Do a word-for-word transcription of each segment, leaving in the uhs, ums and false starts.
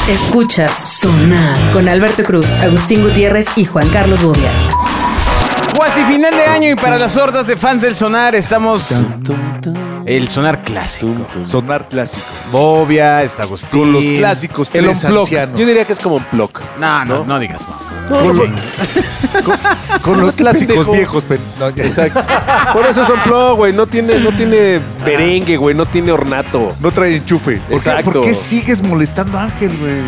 Escuchas Sonar con Alberto Cruz, Agustín Gutiérrez y Juan Carlos Bobia. Cuasi final de año y para las hordas de fans del Sonar estamos el Sonar clásico. Sonar clásico. Bobia, está Agustín. Con los clásicos El tres unplug. ancianos. Yo diría que es como un plug. No, no, no, no digas, no. No, Con, no, lo- con- con los clásicos pendejo. viejos. Pero, no, ya. Exacto. Por eso es un plug, güey. No tiene, no tiene merengue, güey. No tiene ornato. No trae enchufe. ¿Por qué, Exacto. ¿Por qué sigues molestando a Ángel, güey?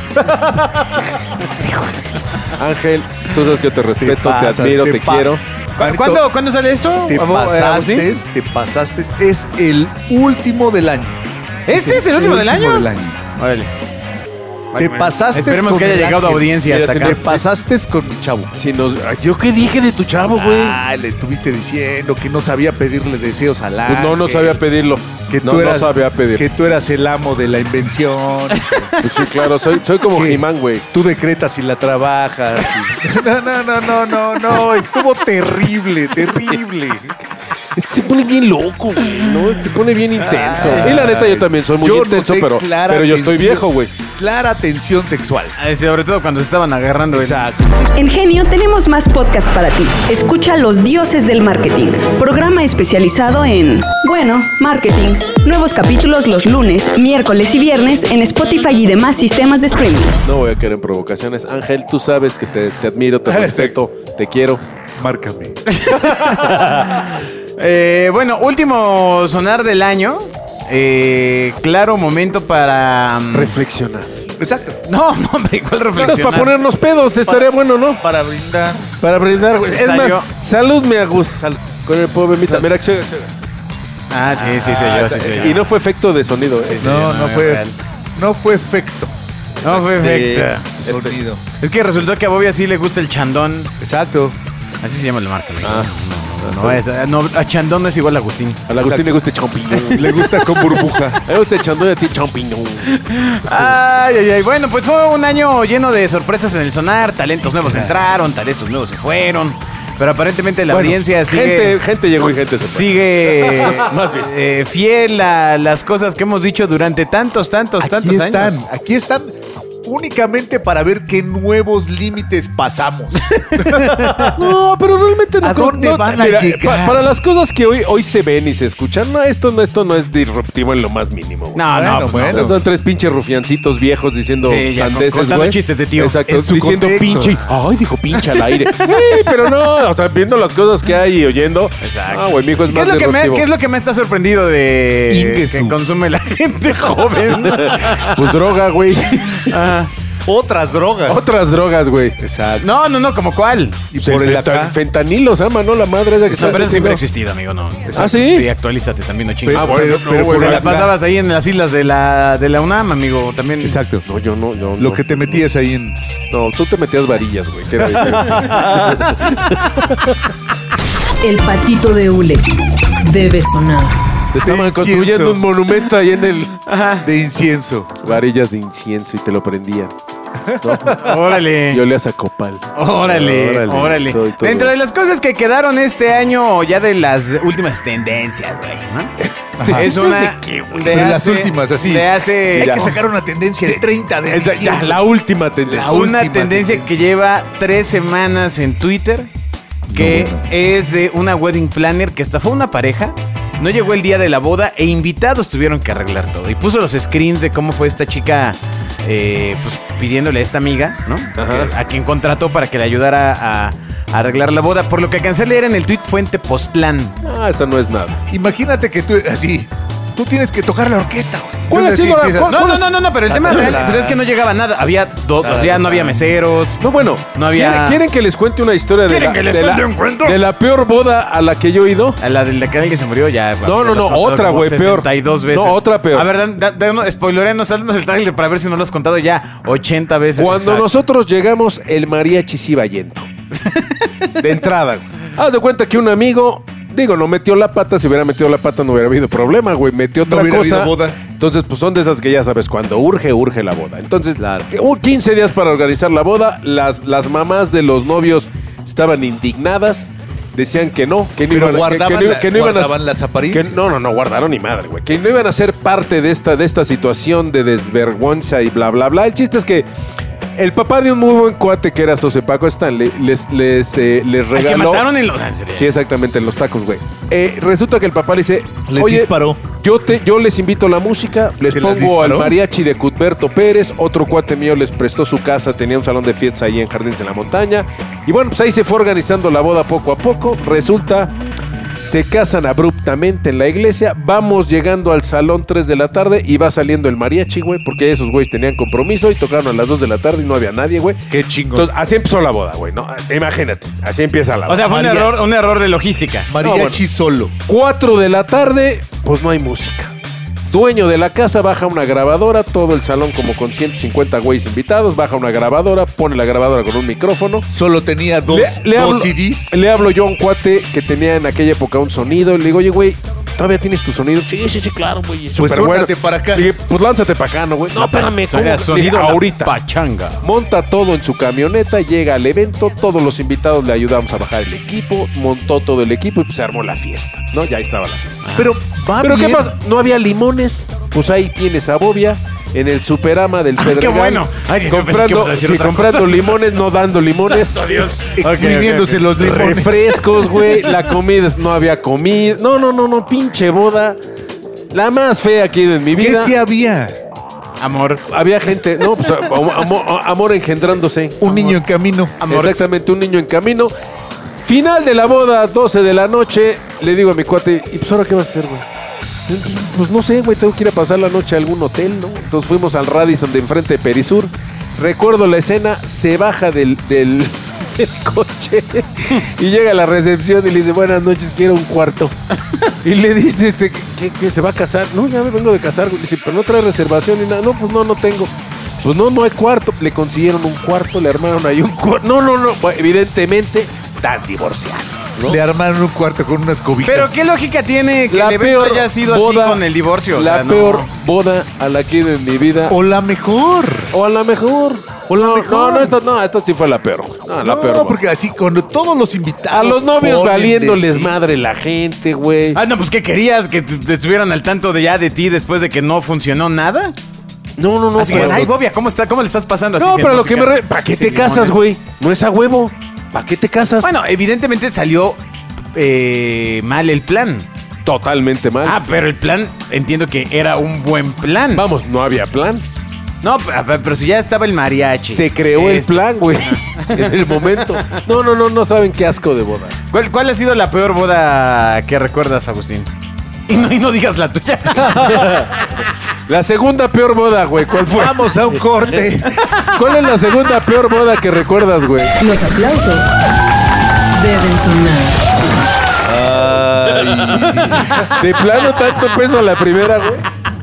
Ángel, tú sabes que yo te respeto, te, pasas, admiro, te, pa- quiero. Manito, ¿Cuándo, ¿Cuándo sale esto? Te Abo- eh, pasaste, Agustín? te pasaste. Es el último del año. ¿Este es el último del año? del año. Órale. Te pasaste Esperemos con que haya el llegado Ángel. audiencia Mira, hasta se acá. Te pasaste con mi chavo. Si nos, ¿Yo qué dije de tu chavo, güey? Ah, le estuviste diciendo que no sabía pedirle deseos al Pues Ángel. no, no sabía pedirlo. Que no, tú eras, no sabía pedir. Que tú eras el amo de la invención. Pues sí, claro, soy, soy como ¿Qué? He-Man, güey. Tú decretas y la trabajas. y- No, no, no, no, no, no. Estuvo terrible, terrible. Es que se pone bien loco, güey, ¿no? Se pone bien intenso. Ay. Y la neta, yo también soy muy Yo intenso, noté pero, clara pero yo estoy tensión. viejo, güey. Clara tensión sexual. Ay, sobre todo cuando se estaban agarrando. el- Exacto. En Genio tenemos más podcast para ti. Escucha Los Dioses del Marketing, programa especializado en, bueno, marketing. Nuevos capítulos los lunes, miércoles y viernes en Spotify y demás sistemas de streaming. No voy a caer en provocaciones. Ángel, tú sabes que te, te admiro, te respeto, te quiero. Márcame. Eh, bueno, último Sonar del año. Eh, claro momento para... mm, Reflexionar. Exacto. No, no, hombre, ¿cuál Claro, reflexión? para ponernos pedos, estaría bueno, ¿no? Para brindar. Para brindar, güey. Es Salió. más, salud, me Agus. Sal- con el pobre Mita. Mira, che, che. Ah, sí, sí, sí, yo, sí, sí. Y no fue efecto de sonido, ¿eh? No, no es fue. real. No fue efecto. No fue efecto. Sonido. Es que resultó que a Bobia sí le gusta el chandón. Exacto. Así se llama la marca. ¿no? Ah. No, no, es- no, a chandón no es igual a Agustín. A Agustín le gusta el champiñón. Le gusta con burbuja. A mí me gusta el chandón y a ti champiñón. Ay, ay, ay. Bueno, pues fue un año lleno de sorpresas en el Sonar. Talentos Sí, nuevos claro. entraron, talentos nuevos se fueron. Pero aparentemente la Bueno, audiencia sigue, Gente, gente llegó y gente se fue. sigue Más bien. eh, fiel a las cosas que hemos dicho durante tantos, tantos, tantos Aquí están. años. Aquí están. Únicamente para ver qué nuevos límites pasamos. No, pero realmente no. ¿A dónde no- van a mira, llegar? pa- para las cosas que hoy, hoy se ven y se escuchan, no, esto no, esto no es disruptivo en lo más mínimo. güey. No, no, Bueno, pues bueno. no. Son tres pinches rufiancitos viejos diciendo Sí, ya, sandeces, contando güey. chistes de tío. Exacto, En su diciendo contexto. pinche. Ay, dijo pinche al aire. Sí, pero no, o sea, viendo las cosas que hay y oyendo. Exacto. Ah, güey, mi hijo es ¿Qué más es, lo que me, disruptivo. ¿Qué es lo que me está sorprendido de Ingesu. que consume la gente joven? Pues droga, güey. Ajá. Otras drogas. Otras drogas, güey. Exacto. No, no, no, ¿como cuál? Y Pues por el fenta- acá. fentanilo se llama, ¿no? La madre esa que No, está pero eso siempre ha diciendo. existido, amigo, no. ¿Ah, sí? Sí, actualízate también, no chingues. Pero- Ah, bueno, pero- no, pero güey, por Te el la acá. pasabas ahí en las islas de la, de la UNAM, amigo, también. Exacto. No, yo no, yo Lo no. que te metías ahí en. No, tú te metías varillas, güey. quiero decir. El patito de hule debe sonar. Te estaban incienso. construyendo un monumento ahí en el... De incienso. Varillas de incienso y te lo prendían. Órale. Y olías a copal. Órale, Órale, órale. todo y todo. Dentro de las cosas que quedaron este año, ya de las últimas tendencias, güey, ¿no? Ajá. Es una. ¿De qué, güey? de De las hace- últimas, así. De hace. Hay que sacar una tendencia el treinta de Esa- diciembre. ya, la última tendencia. La una última tendencia tendencia. que lleva tres semanas en Twitter, que No, bueno. es de una wedding planner que estafó a una pareja. No llegó el día de la boda e invitados tuvieron que arreglar todo. Y puso los screens de cómo fue esta chica, eh, pues pidiéndole a esta amiga, ¿no? Ajá. Que- a quien contrató para que le ayudara a, a arreglar la boda. Por lo que alcancé a leer en el tweet fue en Tepoztlán. Ah, eso no es nada. Imagínate que tú, así, tú tienes que tocar la orquesta, güey. ¿Cuál ha Entonces, sido la- así empiezas- cuál- No, no, no, no, no, pero el tema real pues es que no llegaba nada. Había dos, ya no había meseros. No, bueno. No había- ¿Quieren, quieren que les cuente una historia de ¿Quieren la, que les de, cuente la, un cuento? de la peor boda a la que yo he ido? A la del de que alguien se murió ya. No, no, no, otra, güey, peor. sesenta y dos veces. No, otra peor. A ver, dan, dan, dan, spoilerenos, salnos el trailer para ver si no lo has contado ya ochenta veces. Cuando Exacto. nosotros llegamos, el mariachi se iba yendo. De entrada. güey. Haz de cuenta que un amigo, digo, no metió la pata. Si hubiera metido la pata no hubiera habido problema, güey. Metió No otra hubiera cosa. habido boda. Entonces, pues son de esas que ya sabes, cuando urge, urge la boda. Entonces, que hubo quince días para organizar la boda. Las, las mamás de los novios estaban indignadas. decían que no, que no Pero iban, guardaban, que, que no, la- que no iban a guardaban las apariencias. que no, no, no guardaron ni madre, güey. Que no iban a ser parte de esta, de esta situación de desvergüenza y bla, bla, bla. El chiste es que el papá de un muy buen cuate que era José Paco Stanley les, les, eh, les Al que regaló. mataron en los... ah, ¿en serio? Sí, exactamente, en los tacos, güey. Eh, resulta que el papá le dice, Les oye, disparó. Yo, te, yo les invito a la música, les ¿Se les pongo al disparó? mariachi de Cuthberto Pérez, otro cuate mío les prestó su casa, tenía un salón de fiestas ahí en Jardines en la Montaña. Y bueno, pues ahí se fue organizando la boda poco a poco. Resulta, se casan abruptamente en la iglesia, vamos llegando al salón tres de la tarde y va saliendo el mariachi, güey, porque esos güeyes tenían compromiso y tocaron a las dos de la tarde y no había nadie, güey. Qué chingón. Entonces, así empezó la boda, güey, ¿no? Imagínate, así empieza la boda. O sea, fue un María- error, un error de logística. Mariachi solo. cuatro de la tarde, pues no hay música. Dueño de la casa baja una grabadora, todo el salón como con ciento cincuenta güeyes invitados, baja una grabadora, pone la grabadora con un micrófono. Solo tenía dos, Le, le dos hablo, C Ds. le hablo yo a un cuate que tenía en aquella época un sonido. Le digo, oye, güey, ¿todavía tienes tu sonido? Sí, sí, sí, claro, güey. Pues súper bueno. suéltate para acá. Le dije, pues lánzate para acá, ¿no, güey? No, espérame, ¿cómo? Era Le sonido dije, la ahorita. pachanga. Monta todo en su camioneta, llega al evento, todos los invitados le ayudamos a bajar el equipo, montó todo el equipo y pues se armó la fiesta, ¿no? Ya ahí estaba la fiesta. Pero va ¿Pero bien. qué pasa? No había limones. Pues ahí tienes a Bobia en el Superama del Ah, Pedregal. qué bueno. Ay, Dios mío, pensé que comprando, ibas a decir sí, otra comprando cosa. limones, no dando limones. Santo Dios. Exprimiéndose los limones. Refrescos, güey. La comida, no había comida. No, no, no, no, pinche boda. La más fea que he ido en mi ¿Qué vida. sí había? Amor. Había gente, no, pues am- amor, amor engendrándose. Un niño en camino. Amor. Exactamente, un niño en camino. Final de la boda, doce de la noche. Le digo a mi cuate, ¿y pues ahora qué vas a hacer, güey? Pues, pues no sé, güey, tengo que ir a pasar la noche a algún hotel, ¿no? Entonces fuimos al Radisson de enfrente de Perisur. Recuerdo la escena, se baja del, del, del coche y llega a la recepción y le dice, buenas noches, quiero un cuarto. Y le dice, este, ¿qué, qué, se va a casar? No, ya me vengo de casar, güey. Le dice, pero no trae reservación ni nada. No, pues no, no tengo. Pues no, no hay cuarto. Le consiguieron un cuarto, le armaron ahí un cuarto. No, no, no. Bueno, evidentemente, están divorciados, ¿no? Le armaron un cuarto con unas cobijas. Pero qué lógica tiene que La el evento peor haya sido boda- así con el divorcio. O La sea, no. peor boda a la que he ido en mi vida. O la mejor. O a la mejor. O la no, mejor. No, no, esta, no, esta sí fue la peor. No, la No, peor. porque así cuando todos los invitados. A los novios ponen valiéndoles de sí. madre la gente, güey. Ah, no, pues ¿qué querías? ¿Que te, te estuvieran al tanto de ya de ti después de que no funcionó nada? No, no, no. Así que, cuando- ay, Bobia, ¿cómo, está, ¿cómo le estás pasando así? No, sin pero lo que música? me... Re... ¿Para qué Sin te casas, limones. güey? No es a huevo. ¿Para qué te casas? Bueno, evidentemente salió eh, mal el plan. Totalmente mal. Ah, pero el plan, entiendo que era un buen plan. Vamos, no había plan. No, p- pero si ya estaba el mariachi. Se creó el Este, plan, güey. En el momento. No, no, no, no saben qué asco de boda. ¿Cuál, ¿Cuál ha sido la peor boda que recuerdas, Agustín? Y no, y no digas la tuya. La segunda peor boda, güey. ¿Cuál fue? Vamos a un corte. ¿Cuál es la segunda peor boda que recuerdas, güey? Los aplausos deben sonar. De plano tanto peso a la primera, güey.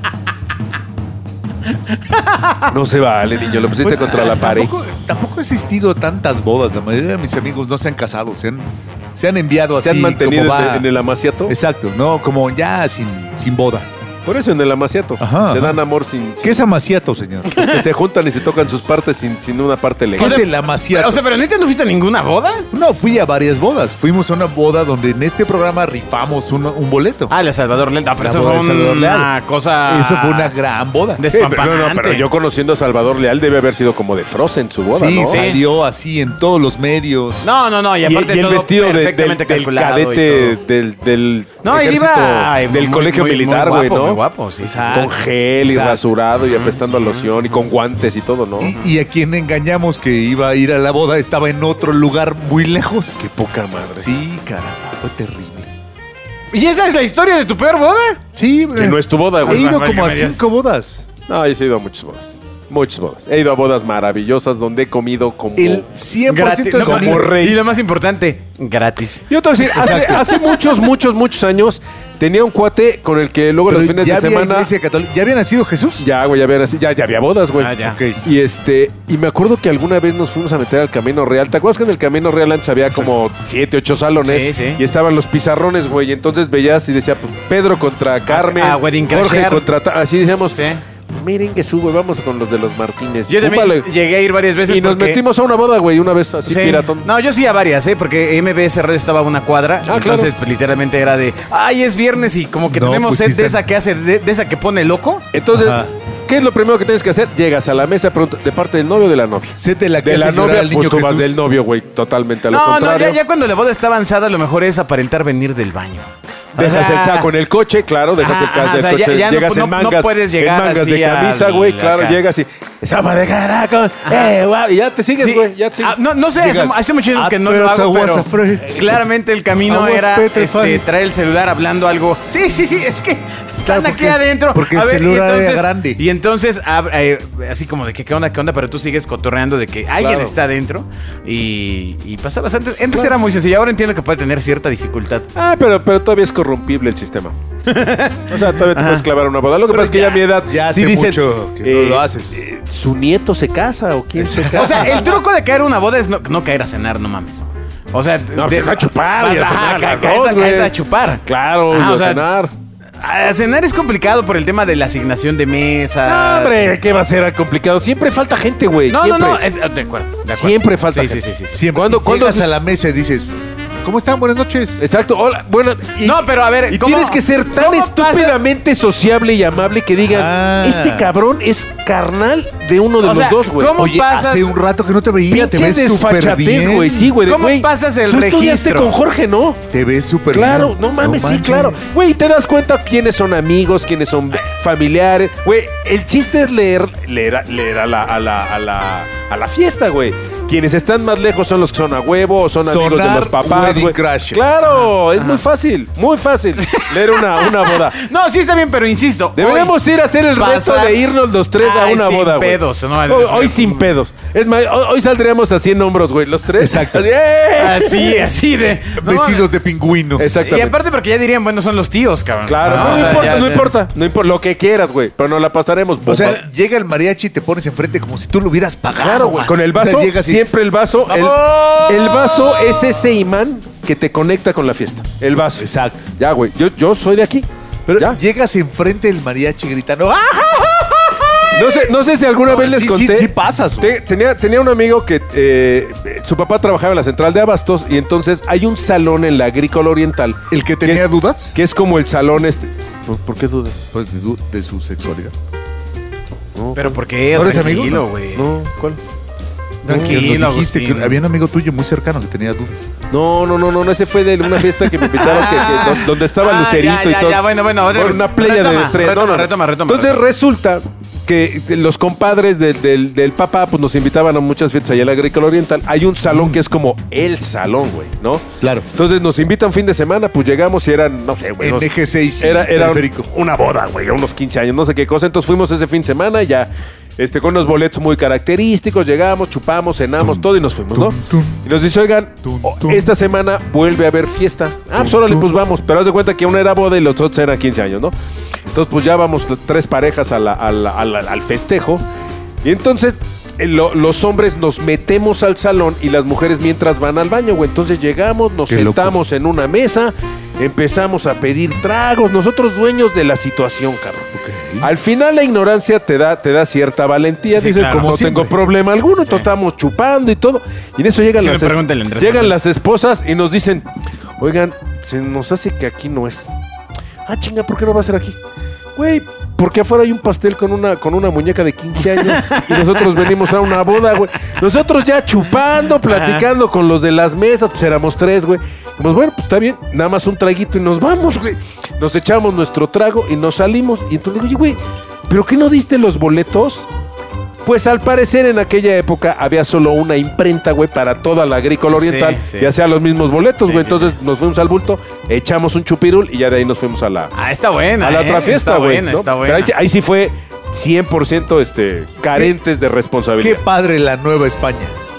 No se vale, niño. Lo pusiste Pues, contra la pared. Tampoco, tampoco ha existido tantas bodas. La mayoría de mis amigos no se han casado. Se han, se han enviado así. Se han mantenido como va. en, en el amaciato. Exacto, no, como ya sin, sin boda. Por eso en el amaciato. Ajá, se ajá. dan amor sin, sin- ¿Qué es amaciato, señor? que se juntan y se tocan sus partes sin, sin una parte ¿Qué legal. es el amaciato? O sea, pero neta no fuiste a ninguna boda. No, fui a varias bodas. Fuimos a una boda donde en este programa rifamos un, un boleto. Ah, la Salvador Leal. No, pero La eso boda fue de Salvador una Leal. cosa. Eso fue una gran boda. Sí, pero, no, despampanante. no, pero yo conociendo a Salvador Leal debe haber sido como de Frozen su boda, Sí, ¿no? salió así en todos los medios. No, no, no. Y Y, aparte y el todo vestido de- del, perfectamente del calculado cadete y todo. del, del No, él ejército, iba ay, del muy, colegio muy, militar, muy güey, guapo, ¿no? muy guapo, sí, sí, sí. Con gel y Exacto. rasurado y apestando a loción y con guantes y todo, ¿no? Y, y a quien engañamos que iba a ir a la boda estaba en otro lugar muy lejos. Qué poca madre. Sí, caramba, fue terrible. ¿Y esa es la historia de tu peor boda? Sí, Que no es tu boda, he güey. ido Válgame como a Dios. cinco bodas. No, yo he ido a muchas bodas. Muchas bodas. He ido a bodas maravillosas donde he comido como... El cien por ciento de No, sonido. como rey. Y lo más importante, gratis. Yo te voy a decir, hace, hace muchos, muchos, muchos años tenía un cuate con el que luego Pero los fines ya de había semana... iglesia católica. ¿Ya había nacido Jesús? Ya, güey, ya había, nacido- ya, ya había bodas, güey. Ah, ya. Ok. Y este, y me acuerdo que alguna vez nos fuimos a meter al Camino Real. ¿Te acuerdas que en el Camino Real antes había como siete, ocho salones? Sí, sí. Y estaban los pizarrones, güey. Y entonces veías y decía, pues, Pedro contra Carmen, a Wedding Jorge Crasher. contra... ta- Así decíamos, Sí. miren que sube, vamos con los de los Martínez. Yo también Púmbale. llegué a ir varias veces. Y nos porque... metimos a una boda, güey, una vez así, Sí. piratón. No, yo sí a varias, ¿eh? Porque M B S Radio estaba a una cuadra. Ah, entonces, claro. pues, literalmente era de, ay, es viernes y como que No, tenemos pues, sed sí de están- esa que hace, de, de esa que pone loco. Entonces, Ajá. ¿qué es lo primero que tienes que hacer? Llegas a la mesa, preguntas, ¿de parte del novio o de la novia? Sé de la que De la hace llorar novia, al pues niño tú vas Jesús. del novio, güey, totalmente a lo No, no, contrario. ya, ya cuando la boda está avanzada, lo mejor es aparentar venir del baño. Dejas Ajá. el saco en el coche, claro, dejas Ajá, el, ca- ajá, el o sea, coche, ya- ya no- llegas no- en no mangas, puedes llegar en mangas así de camisa, al- güey, claro, acá. llegas y ¡Sapa de caraco! ¡Eh, guau! Y ya te sigues, Sí. güey, ya te sigues. Ah, no, no sé, hace, Llegas, hace muchos años "Ah, que no pero lo hago, aguas pero a Fred". claramente el camino Aguas era Petrify. este, traer el celular hablando algo. Sí, sí, sí, es que están Claro, aquí porque- adentro. porque A el ver, y celular era entonces- grande. Y entonces, ab- eh, así como de que qué onda, qué onda, pero tú sigues cotorreando de que alguien Claro. está adentro y, y pasa bastante. Antes era muy sencillo, ahora entiendo que puede tener cierta dificultad. Ah, pero, pero todavía es corrompible el sistema. O sea, todavía te puedes clavar una boda. Lo que Pero pasa es que ya- ya a mi edad ya sí hace dicen, mucho que no lo haces. eh, ¿su nieto se casa o quién se casa? O sea, el truco de caer a una boda es no, no caer a cenar, no mames. O sea, No, pues es a chupar y a Ajá, cenar, ca- las caes, dos, a- güey. caes a chupar. Claro, Ajá, y o a sea, cenar. A cenar es complicado por el tema de la asignación de mesas. No, hombre, ¿qué va a ser complicado? Siempre falta gente, güey. No, no, siempre. no. es- de acuerdo, de acuerdo. Siempre falta Sí, gente. sí, sí, sí. Siempre. ¿Cuándo- Y cuándo- llegas a la mesa y dices, ¿cómo están? Buenas noches. Exacto. Hola, bueno. y- No, pero a ver, Y ¿cómo- tienes que ser tan cómo estúpidamente sociable y amable que digan, Ah. este cabrón es carnal de uno de O los sea, dos, güey. ¿cómo Oye, pasas? hace un rato que no te veía, te Pinche ves súper desfachatez, bien. güey. Sí, güey. de- ¿Cómo güey, pasas el tú estudiaste registro? con Jorge, ¿no? Te ves súper Claro, bien. no mames, sí, manches. claro. Güey, te das cuenta quiénes son amigos, quiénes son familiares. Güey, el chiste es leer, leer, a- leer a, la, a, la, a, la, a la fiesta, güey. Quienes están más lejos son los que son a huevo o son amigos de Sonar los papás, wedding güey. crashers. Claro, es muy fácil, muy fácil leer una, una boda. No, sí está bien, pero insisto. Deberíamos hoy ir a hacer el reto pasar- de irnos los tres a Ay, una sin boda, güey. pedos, no, es- hoy, es- hoy sin pedos. Es más, hoy, hoy saldríamos así en hombros, güey, los tres. Exacto. Así, ¡eh! Así, así de. no, Vestidos de pingüino. Y Exactamente. aparte porque ya dirían, bueno, son los tíos, cabrón. Claro, no, o sea, importa, ya- no ya- importa, no importa, lo que quieras, güey, pero nos la pasaremos bomba. O sea, llega el mariachi y te pones enfrente como si tú lo hubieras pagado. claro, güey, man. con el O sea, vaso, llegas y- siempre el vaso, el, ¡Vamos! el vaso es ese imán que te conecta con la fiesta, el vaso. Exacto. Ya, güey, yo, yo soy de aquí. Pero ya. llegas enfrente del mariachi gritando, ¡ah! No sé, no sé si alguna No, vez les sí, conté. sí, sí pasas, güey. Te- tenía, tenía un amigo que eh, su papá trabajaba en la central de abastos y entonces hay un salón en la Agrícola Oriental. ¿El que tenía es- dudas? Que es como el salón este. ¿Por, por qué dudas? Pues de, du- de su sexualidad. No, Pero ¿por qué? ¿No eres amigo? Tranquilo, No. güey. no, ¿cuál? Tranquilo, Que nos dijiste Agustín. que había un amigo tuyo muy cercano que tenía dudas. No, no, no, no, no, ese fue de una fiesta que me invitaron que, que- do- donde estaba Ah, Lucerito ya, y ya, todo. ya, bueno, bueno, Por una playa retoma, de estrellas. No, retoma, no, no. retoma, retoma, Entonces retoma. resulta que los compadres del, del, del papá pues nos invitaban a muchas fiestas allá en la Agrícola Oriental. Hay un salón que es como el salón, güey, ¿no? Claro. Entonces nos invitan fin de semana, pues llegamos y eran, no sé, güey. En unos- eje seis, Era, era periférico. una boda, güey, a unos quince años, no sé qué cosa. Entonces fuimos ese fin de semana y ya, este, con unos boletos muy característicos, llegamos, chupamos, cenamos, todo y nos fuimos, ¿no? tum, tum. Y nos dice, oigan, Tum, o- tum. esta semana vuelve a haber fiesta. Ah, pues órale, pues vamos. Pero haz de cuenta que una era boda y los otros eran quince años, ¿no? Entonces, pues ya vamos tres parejas a la- a la- a la- al festejo. Y entonces, eh, lo- los hombres nos metemos al salón y las mujeres mientras van al baño, güey. Entonces llegamos, nos Qué sentamos en una mesa, empezamos a pedir tragos, nosotros dueños de la situación, cabrón. Al final la ignorancia te da, te da cierta valentía. Sí, Dices, claro. como no Siempre. tengo problema alguno, entonces estamos chupando y todo. Y en eso llegan, Sí, las, me pregunta el Andrés llegan también. las esposas y nos dicen, oigan, se nos hace que aquí no es. Ah, chinga, ¿por qué no va a ser aquí? Güey, porque afuera hay un pastel con una, con una muñeca de quince años y nosotros venimos a una boda, güey. Nosotros ya chupando, platicando con los de las mesas, pues éramos tres, güey. Pues bueno, pues está bien, nada más un traguito y nos vamos, güey. Nos echamos nuestro trago y nos salimos. Y entonces digo, oye, güey, ¿pero qué no diste los boletos? Pues al parecer en aquella época había solo una imprenta, güey, para toda la Agrícola Oriental. Sí, sí. Ya sea los mismos boletos, Sí, güey. sí, Entonces nos fuimos al bulto, echamos un chupirul y ya de ahí nos fuimos a la, Ah, está buena. a la eh, otra fiesta, está güey. buena, ¿no? está Pero buena. ahí, sí- ahí sí fue cien por ciento este, carentes de Qué responsabilidad. padre la Nueva España.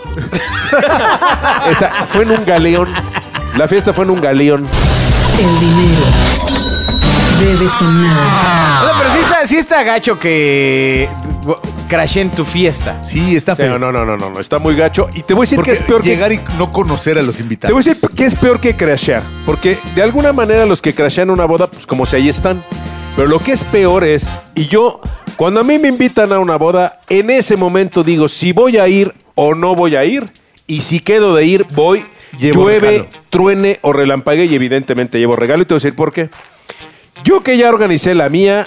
Esa- fue en un galeón. La fiesta fue en un galeón. El dinero debe sonar. O sea, pero sí está, sí está gacho que crashé en tu fiesta. Sí, está feo. No, no, no, no, no, no, está muy gacho. Y te voy a decir Porque que es peor que... llegar y no conocer a los Te invitados. voy a decir que es peor que crashear. Porque de alguna manera los que crashean una boda, pues como si ahí están. Pero lo que es peor es, y yo Cuando a mí me invitan a una boda, en ese momento digo si voy a ir o no voy a ir. Y si quedo de ir, voy, Llevo llueve, regalo. truene o relampague y evidentemente llevo regalo. Y te voy a decir por qué. Yo que ya organicé la mía,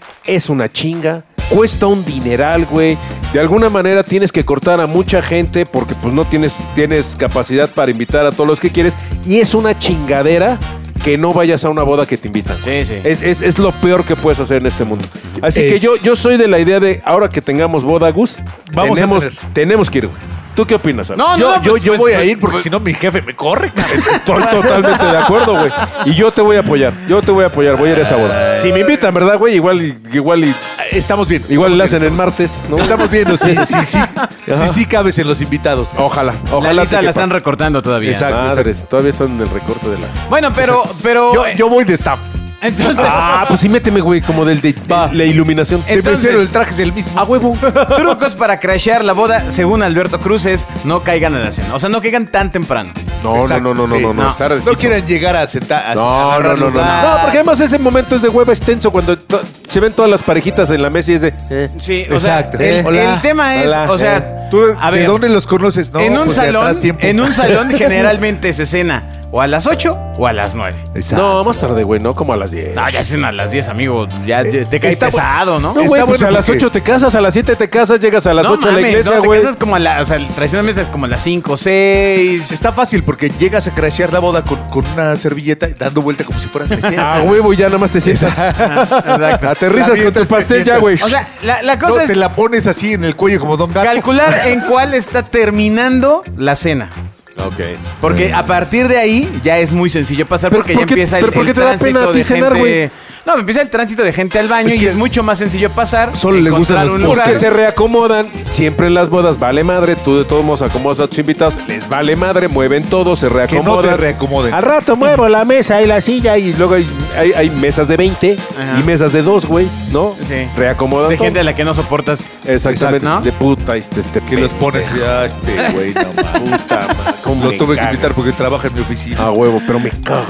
es una chinga. Cuesta un dineral, güey. De alguna manera tienes que cortar a mucha gente porque pues no tienes, tienes capacidad para invitar a todos los que quieres. Y es una chingadera que no vayas a una boda que te invitan. Sí, sí. Es, es, es lo peor que puedes hacer en este mundo. Así Es- que yo, yo soy de la idea de, ahora que tengamos boda, Gus, Vamos a tenemos, tener. tenemos que ir, güey. ¿Tú qué opinas, Alex? No, Yo, no, yo, pues, yo pues, voy a pues, ir porque pues, si no mi jefe me corre, cabrón. Estoy totalmente de acuerdo, güey. Y yo te voy a apoyar. Yo te voy a apoyar. Voy a ir a esa boda. Si me invitan, ¿verdad, güey? Igual, y- igual, y, Estamos bien. igual estamos la bien, hacen en estamos- martes, ¿no? Estamos viendo si sí, sí, sí, Ajá. sí, sí cabes en los invitados. Ojalá. La Ojalá. lista te la quepa. están recortando todavía. Exacto. Madres, todavía están en el recorte de la... Bueno, pero, pero. Yo, eh, yo voy de staff. entonces. Ah, pues sí, méteme, güey, como del de, de la iluminación. De Entonces- mesero, el traje es el mismo. A huevo. Trucos para crashear la boda, según Alberto Cruz, es no caigan a la cena. O sea, no caigan tan temprano. No, Exacto, no, no, no, sí. no, no, No. es tardecito. No quieran llegar a sentar. A No, no, agarrar no, no, no. lugar. No, porque además ese momento es de hueva extenso cuando to- se ven todas las parejitas en la mesa y es de... eh. Sí, o Exacto. sea, el, Hola. el tema es, Hola. o sea, Eh. ¿Tú a de ver, dónde los conoces? No, en un pues de salón, atrás tiempo. en un salón generalmente se cena o a las ocho o a las nueve. Exacto. No, más tarde, güey, ¿no? Como a las diez. No, ya cena a las diez, amigo. Ya Eh, te cae está bu- pesado, ¿no? No, güey, Está pues bueno a las porque- ocho te casas, a las siete te casas, llegas a las No ocho a la mames, iglesia, no, güey. te casas como a la, o sea, tradicionalmente es como a las cinco, seis. Está fácil porque llegas a crashear la boda con, con una servilleta dando vuelta como si fueras mesero. Ah, huevo, y ya nada más te sientas. Exacto. Aterrizas con tu Avientas, te pastel ya, sientas. güey. O sea, la, la No, cosa te es la pones así en el cuello como Don Gato. calcular en cuál está terminando la cena. Ok. Porque a partir de ahí ya es muy sencillo pasar Pero porque ¿por ya qué- empieza el, pero por qué el te da tránsito pena a ti de cenar, gente- güey? No, empieza el tránsito de gente al baño Es y que es mucho más sencillo pasar. solo le gustan encontrar los un postres. lugar. Que se reacomodan siempre en las bodas, vale madre, tú de todos modos acomodas a tus invitados, les vale madre, mueven todo, se Que no reacomodan. te reacomoden. Al rato muevo la mesa y la silla y luego hay, hay, hay mesas de veinte Ajá. y mesas de dos, güey, ¿no? Sí. Reacomodan De todo. gente a la que no soportas. Exactamente, Exacto, ¿no? de puta este, este Que los pones ya, este, güey, no mames. puta, ma, cómo Lo me tuve que caga. invitar porque trabaja en mi oficina. A huevo, pero me cago.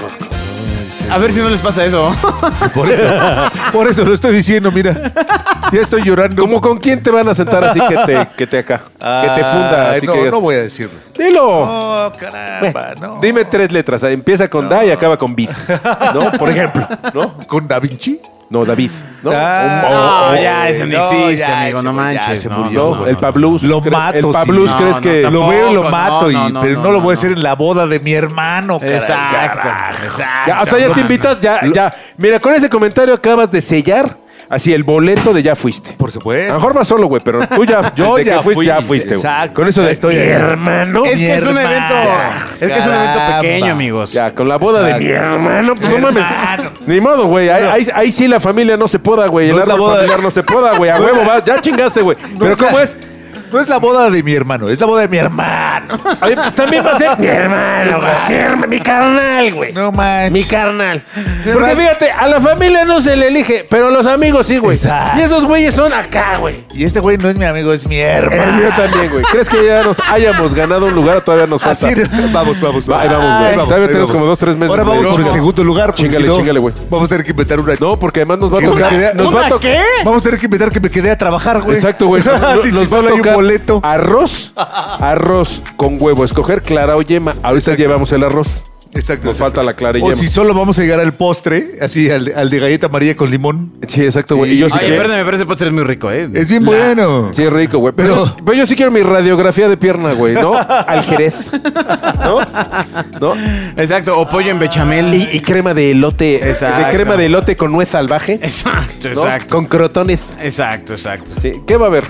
A ver si no les pasa eso. Por eso, por eso lo estoy diciendo, mira. Ya estoy llorando. ¿Cómo con quién te van a sentar así que te, que te acá? que te funda. Ay, Así no, que no voy a decirlo. Dilo. No, caramba, no. Dime tres letras. Empieza con Da y acaba con Bid. ¿No? Por ejemplo. ¿No? ¿Con Da Vinci? No, David. ¿No? Ah, O- o- No, o- ya, ese no no, existe, ya, amigo, ese no güey ya manches. se no, murió, no, ¿no? no, El no. Pablus. Lo cre- mato, El sí. Pablus, No, ¿crees no, que...? tampoco. Lo veo y lo no, mato, y, no, no, pero no, no, lo no, voy a no. hacer en la boda de mi hermano, caray. Exacto, Carajo. exacto. Ya, o sea, ya te invitas, ya, ya. Mira, con ese comentario acabas de sellar así el boleto de ya fuiste. Por A supuesto. lo mejor vas solo, güey, pero tú ya, Yo de que ya fuiste, fui. ya fuiste, güey. Exacto. Con eso Ya de estoy mi ahí. hermano. Es Mi que es un hermano. evento. Es que es un evento Caramba. pequeño, amigos. Ya, con la boda de Exacto. mi hermano, pues Mi no mames. hermano. Ni modo, güey. Ahí, ahí, ahí sí la familia no se poda, güey. El No es la árbol boda de- familiar no se poda, güey. A No es huevo, la- va. Ya chingaste, güey. Pero es la- ¿cómo es? No es la boda de mi hermano, es la boda de mi hermano. Oye, pues, también va a ser mi hermano, güey. Mi, herma- mi carnal, güey. No manches. Mi carnal. Se Porque va- fíjate, a la familia no se le elige, pero a los amigos sí, güey. Exacto. Y esos güeyes son acá, güey. Y este güey no es mi amigo, es mi El hermano. mío también, güey. ¿Crees que ya nos hayamos ganado un lugar o todavía nos falta? Así, vamos, vamos, vamos. Ahí vamos, güey. Ahí Todavía ahí tenemos vamos. como dos, tres meses Ahora de- vamos por el ¿Cómo? segundo lugar. porque Chíngale, si no, chíngale, güey. Vamos a tener que inventar una. No, porque además nos va a Que me tocar. quedé- Nos va a ¿Una tocar. qué? Vamos a tener que inventar que me quedé a trabajar, güey. Exacto, güey. Sí, Nos, sí, nos va a solo hay un tocar boleto. arroz, arroz con huevo. Escoger clara o yema. Ahorita Exacto. llevamos el arroz. Exacto. Nos exacto. falta la clara y O yema. si solo vamos a llegar al postre, así al, al de galleta amarilla con limón. Sí, exacto, güey. Sí. Y yo sí Oye, quiero. perdón, me parece que postre es muy rico, ¿eh? Es bien La- bueno. Sí, es rico, güey. Pero, Pero- pero yo sí quiero mi radiografía de pierna, güey, ¿no? Al jerez. ¿No? ¿No? Exacto, o pollo en bechamel. Y, y crema de elote. Exacto. De crema de elote con nuez salvaje. Exacto, ¿no? exacto. Con crotones. Exacto, exacto. Sí. ¿Qué va a haber?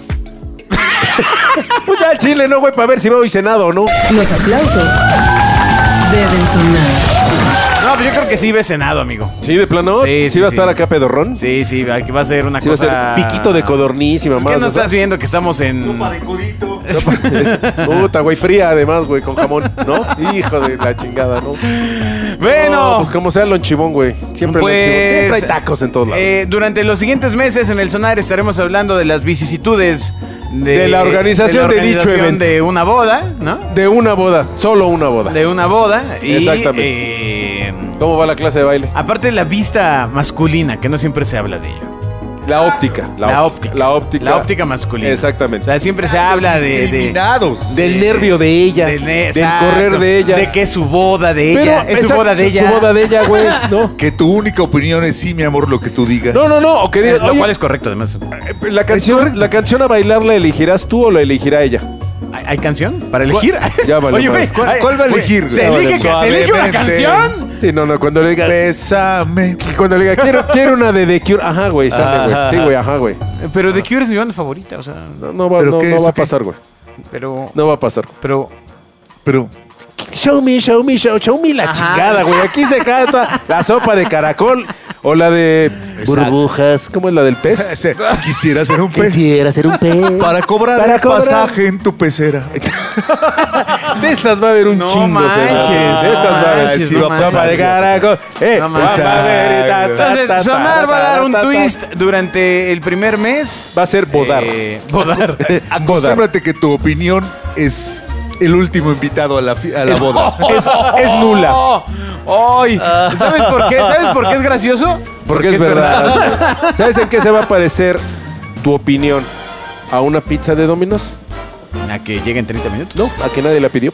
Pues ya el chile, ¿no, güey? Para ver si va hoy cenado o no. Los aplausos deben sonar. No, pero yo creo que sí ve cenado, amigo. Sí, de plano. Sí, Sí, sí, va a sí. estar acá pedorrón. Sí, sí, va va a ser una Sí, va a cosa... ser piquito de codorniz y ¿Por mamá. qué no estás viendo que estamos en... de codito. Puta, güey, fría además, güey, con jamón, ¿no? Hijo de la chingada, ¿no? Bueno, No, pues como sea el lonchibón, güey. Siempre pues, lonchibón. Siempre hay tacos en todos lados. eh, durante los siguientes meses en el Sonar estaremos hablando de las vicisitudes de, De la organización de dicho organización evento. de una boda, ¿no? De una boda, solo una boda. De una boda. Y, Exactamente. eh, ¿Cómo va la clase de baile? aparte la vista masculina, que no siempre se habla de ello. La óptica. La, La óptica. óptica. La óptica. La óptica masculina. Exactamente. O sea, siempre se habla de... de Discriminados. del nervio de ella. del, Del, exacto, correr de ella. De que es su boda de ella. Pero, es su exacto, boda de ella. Su boda de ella, güey. No. Que tu única opinión es sí, mi amor, lo que tú digas. No, no, no. O que Eh, digas, Lo oye, cual es correcto, además. la canción, la canción a bailar la elegirás tú o la elegirá ella. ¿Hay, hay canción para elegir? Ya vale, Oye, madre. güey, ¿Cuál- ay, cuál va a güey, elegir, güey? ¿Se Ya vale, elige, ¿se elige una suavemente. canción? Sí, no, no. Cuando le diga... Bésame. Cuando le diga, quiero, quiero una de The Cure. Ajá, güey. Sale, güey. Ajá. Sí, güey. Ajá, güey. Pero The Cure es mi banda favorita, o sea... No, no va, ¿Pero no, qué no es va o a qué? pasar, güey. Pero... No va a pasar. Pero... Pero Show me, show me, show, show me la Ajá. chingada, güey. Aquí se canta la sopa de caracol o la de burbujas. ¿Cómo es la del pez? se- quisiera ser un pez. ser un pez. Para cobrar Para el cobrar. pasaje en tu pecera. De esas va a haber un No chingo. manches, Será. De esas va a haber. manches, Sí, no va a pasar. manches. Sopa de caracol. Eh, No va manches. a haber, ta, ta, Entonces, ta, Sonar ta, va a dar ta, un ta, ta. twist durante el primer mes. Va a ser bodar. Eh, bodar. Acostúmbrate que tu opinión es el último invitado a la, fi- a la boda. Es, es nula. ¡Ay! ¿Sabes por qué? ¿Sabes por qué es gracioso? Porque es verdad. ¿Sabes en qué se va a parecer tu opinión? ¿A una pizza de Domino's? A que llegue en treinta minutos. No, a que nadie la pidió.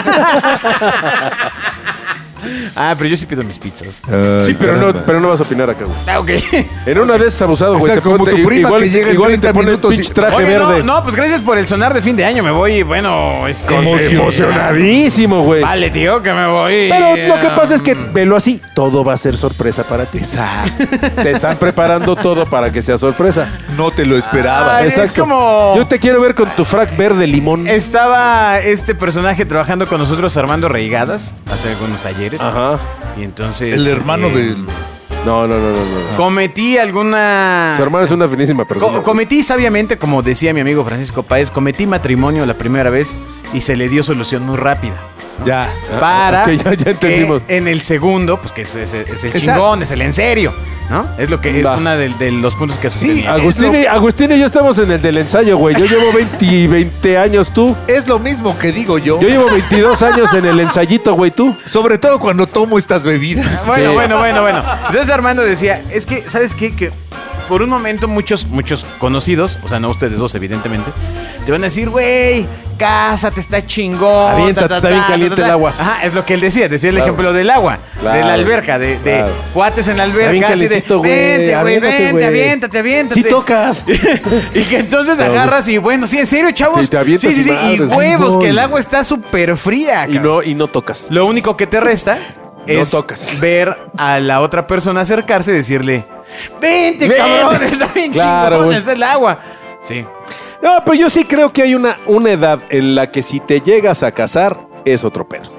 Ah, pero yo sí pido mis pizzas. Ay, Sí, pero no, caramba. pero no vas a opinar acá, güey. Ah, ok. En una de esas abusado, güey. Está te como pone- tu prima igual, que llega en igual treinta te pone el minutos y- pinche traje Oye, no, verde. no, pues gracias por el sonar de fin de año. Me voy, bueno, este... Emocionadísimo, güey. Vale, tío, que me voy. Pero lo que pasa es que, velo así, todo va a ser sorpresa para ti. Te están preparando todo para que sea sorpresa. No te lo esperaba. Ah, es como- Yo te quiero ver con tu frac verde limón. Estaba este personaje trabajando con nosotros, Armando Reigadas, hace algunos ayeres. Ajá. Y entonces... El hermano eh, del... No, no, no, no, no. Cometí alguna... Su hermano es una finísima persona. Co- cometí sabiamente, como decía mi amigo Francisco Páez, cometí matrimonio la primera vez y se le dio solución muy rápida. Ya. Para ok, ya- ya entendimos. que en el segundo, pues que es, es- es el Exacto. chingón, es el en serio, ¿no? Es lo que es Va. una de, de los puntos que sostenía. Agustín, y, Agustín y yo estamos en el del ensayo, güey. Yo llevo veinte, veinte años, tú. Es lo mismo que digo yo. Yo llevo veintidós años en el ensayito, güey, tú. Sobre todo cuando tomo estas bebidas. Bueno, Sí. bueno, bueno, bueno. Entonces Armando decía, es que, ¿sabes qué? Que por un momento muchos, muchos conocidos, o sea, no ustedes dos, evidentemente, te van a decir, güey, cásate, está chingón. Aviéntate, está bien caliente el agua. Ajá, es lo que él decía, decía el Claro. ejemplo del agua, Claro. de la alberca, de, de Claro. cuates en la Está bien alberca, así de, calientito, güey, vente, güey, aviéntate, vente, güey. aviéntate, aviéntate. Sí tocas. Y que entonces Pero- agarras y bueno, sí, en serio, chavos. Sí, te avientas sí, sí, y sí, y madres, huevos, ay, que el no. agua está súper fría. Y cabrón. no, y no tocas. Lo único que te resta es tocas. ver a la otra persona acercarse y decirle, vente, Ven". cabrón, está bien Claro, chingón, güey. está el agua. Sí. No, pero yo sí creo que hay una, una edad en la que si te llegas a casar, es otro pedo.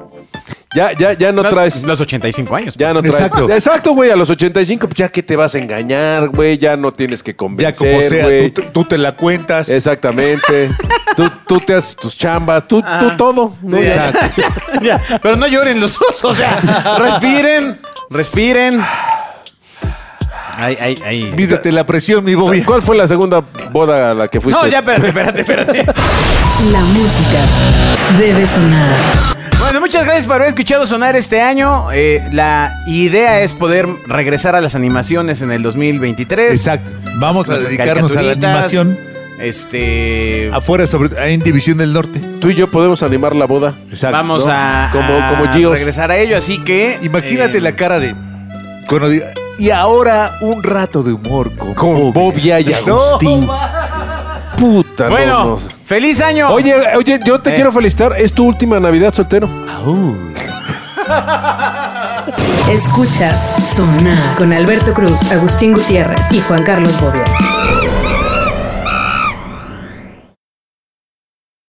Ya, ya, ya no Los- traes. Los ochenta y cinco años. Ya no traes. Exacto. Exacto, güey. A los ochenta y cinco, pues ya que te vas a engañar, güey. Ya no tienes que Ya convencer, como sea, güey. tú, tú te la cuentas. Exactamente. tú, tú te haces tus chambas, tú, tú todo. ¿no? Sí. Ya. Ya, pero no lloren los dos, o sea, respiren, respiren. Ay, ay, ay. Mídete la presión, mi bobia. ¿Cuál fue la segunda boda a la que fuiste? No, ya, espérate, espérate, espérate. La música debe sonar. Bueno, muchas gracias por haber escuchado sonar este año. Eh, la idea es poder regresar a las animaciones en el dos mil veintitrés. Exacto. Vamos a Las dedicarnos a la caricaturitas, animación. Este. Afuera, sobre, en División del Norte. Tú y yo podemos animar la boda. Exacto. Vamos ¿no? a, Como- a como Gios. regresar a ello, así que. Imagínate eh, la cara de... Cuando diga, y ahora un rato de humor con, Con Bobia y No, Agustín. Puta, no, Bueno, no. feliz año. Oye, oye, yo te Eh. quiero felicitar. Es tu última Navidad soltero. Escuchas Sonar con Alberto Cruz, Agustín Gutiérrez y Juan Carlos Bobia.